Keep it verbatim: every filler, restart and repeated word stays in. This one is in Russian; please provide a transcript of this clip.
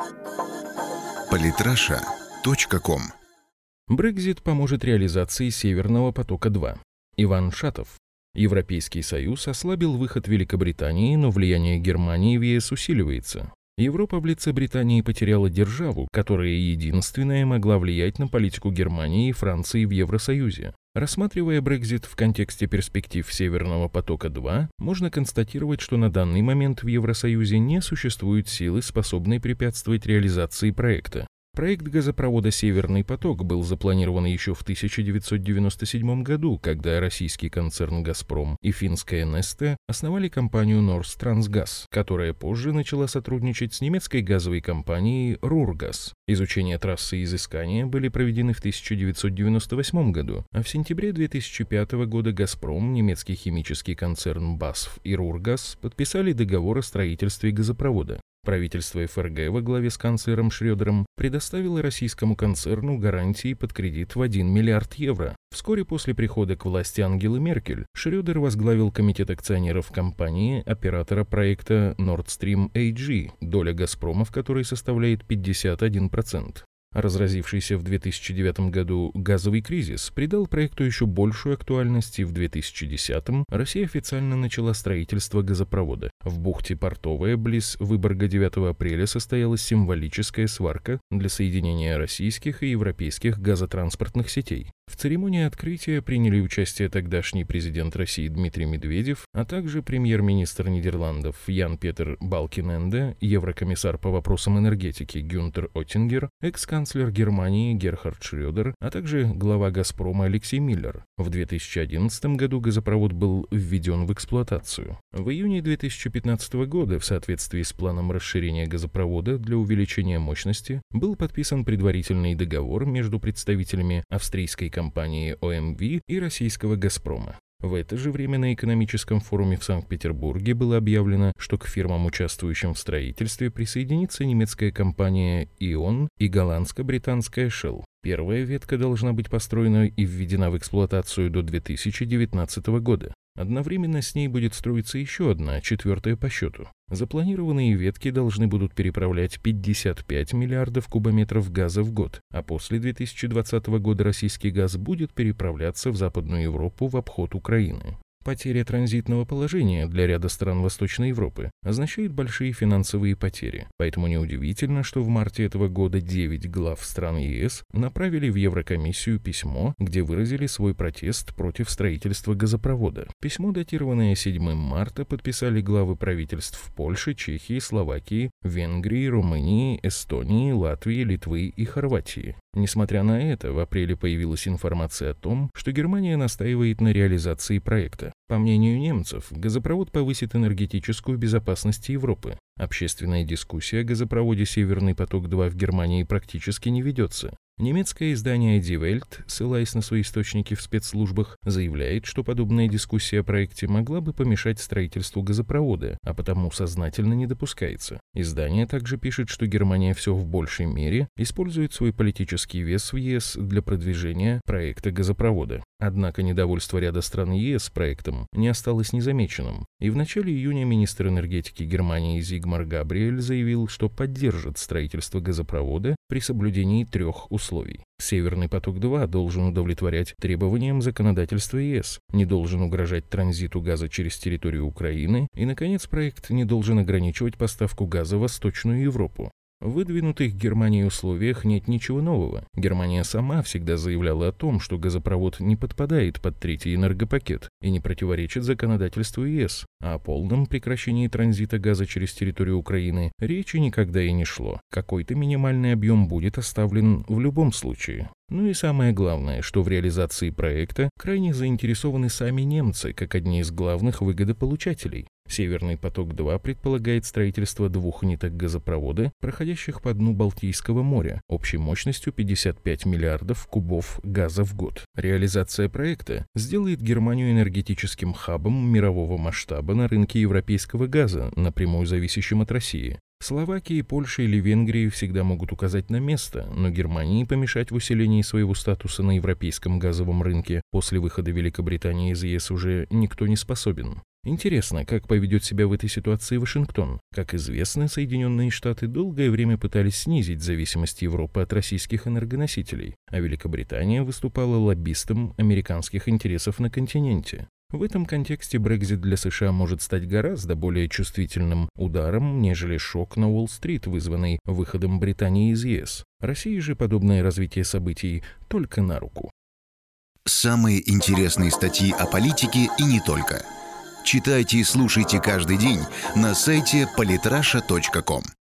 политраша точка ком. Брексит поможет реализации Северного потока-два. Иван Шатов. Европейский Союз ослабил выход Великобритании, но влияние Германии в ЕС усиливается. Европа в лице Британии потеряла державу, которая единственная могла влиять на политику Германии и Франции в Евросоюзе. Рассматривая Брексит в контексте перспектив Северного потока-два, можно констатировать, что на данный момент в Евросоюзе не существует силы, способной препятствовать реализации проекта. Проект газопровода «Северный поток» был запланирован еще в тысяча девятьсот девяносто седьмом году, когда российский концерн «Газпром» и финская «Несте» основали компанию «Норстрансгаз», которая позже начала сотрудничать с немецкой газовой компанией «Рургаз». Изучение трассы и изыскания были проведены в тысяча девятьсот девяносто восьмом году, а в сентябре две тысячи пятого года «Газпром», немецкий химический концерн «Басф» и «Рургаз» подписали договор о строительстве газопровода. Правительство ФРГ во главе с канцлером Шрёдером предоставило российскому концерну гарантии под кредит в один миллиард евро. Вскоре после прихода к власти Ангелы Меркель Шрёдер возглавил комитет акционеров компании, оператора проекта Nord Stream эй джи, доля «Газпрома» в которой составляет пятьдесят один процент. Разразившийся в две тысячи девятом году газовый кризис придал проекту еще большую актуальность, и в две тысячи десятом Россия официально начала строительство газопровода. В бухте Портовая, близ Выборга, девятого апреля состоялась символическая сварка для соединения российских и европейских газотранспортных сетей. В церемонии открытия приняли участие тогдашний президент России Дмитрий Медведев, а также премьер-министр Нидерландов Ян-Петер Балкененде, еврокомиссар по вопросам энергетики Гюнтер Оттингер, экс-канцлер Германии Герхард Шрёдер, а также глава «Газпрома» Алексей Миллер. В две тысячи одиннадцатом году газопровод был введен в эксплуатацию. В июне две тысячи пятнадцатого года, в соответствии с планом расширения газопровода для увеличения мощности, был подписан предварительный договор между представителями австрийской компании компании о эм ви и российского «Газпрома». В это же время на экономическом форуме в Санкт-Петербурге было объявлено, что к фирмам, участвующим в строительстве, присоединится немецкая компания «Ион» и голландско-британская «Shell». Первая ветка должна быть построена и введена в эксплуатацию до две тысячи девятнадцатого года. Одновременно с ней будет строиться еще одна, четвертая по счету. Запланированные ветки должны будут переправлять пятьдесят пять миллиардов кубометров газа в год, а после две тысячи двадцатого года российский газ будет переправляться в Западную Европу в обход Украины. Потеря транзитного положения для ряда стран Восточной Европы означает большие финансовые потери, поэтому неудивительно, что в марте этого года девять глав стран ЕС направили в Еврокомиссию письмо, где выразили свой протест против строительства газопровода. Письмо, датированное седьмого марта, подписали главы правительств Польши, Чехии, Словакии, Венгрии, Румынии, Эстонии, Латвии, Литвы и Хорватии. Несмотря на это, в апреле появилась информация о том, что Германия настаивает на реализации проекта. По мнению немцев, газопровод повысит энергетическую безопасность Европы. Общественная дискуссия о газопроводе «Северный поток-два» в Германии практически не ведется. Немецкое издание Die Welt, ссылаясь на свои источники в спецслужбах, заявляет, что подобная дискуссия о проекте могла бы помешать строительству газопровода, а потому сознательно не допускается. Издание также пишет, что Германия все в большей мере использует свой политический вес в ЕС для продвижения проекта газопровода. Однако недовольство ряда стран ЕС проектом не осталось незамеченным, и в начале июня министр энергетики Германии Зигмар Габриэль заявил, что поддержит строительство газопровода при соблюдении трех условий. «Северный поток-два» должен удовлетворять требованиям законодательства ЕС, не должен угрожать транзиту газа через территорию Украины и, наконец, проект не должен ограничивать поставку газа в Восточную Европу. В выдвинутых Германией условиях нет ничего нового. Германия сама всегда заявляла о том, что газопровод не подпадает под третий энергопакет и не противоречит законодательству ЕС, а о полном прекращении транзита газа через территорию Украины речи никогда и не шло. Какой-то минимальный объем будет оставлен в любом случае. Ну и самое главное, что в реализации проекта крайне заинтересованы сами немцы, как одни из главных выгодополучателей. «Северный поток-два» предполагает строительство двух ниток газопровода, проходящих по дну Балтийского моря, общей мощностью пятьдесят пять миллиардов кубов газа в год. Реализация проекта сделает Германию энергетическим хабом мирового масштаба на рынке европейского газа, напрямую зависящим от России. Словакии, Польше или Венгрии всегда могут указать на место, но Германии помешать в усилении своего статуса на европейском газовом рынке после выхода Великобритании из ЕС уже никто не способен. Интересно, как поведет себя в этой ситуации Вашингтон. Как известно, Соединенные Штаты долгое время пытались снизить зависимость Европы от российских энергоносителей, а Великобритания выступала лоббистом американских интересов на континенте. В этом контексте Брексит для США может стать гораздо более чувствительным ударом, нежели шок на Уолл-стрит, вызванный выходом Британии из ЕС. России же подобное развитие событий только на руку. Самые интересные статьи о политике и не только. Читайте и слушайте каждый день на сайте политраша точка ком.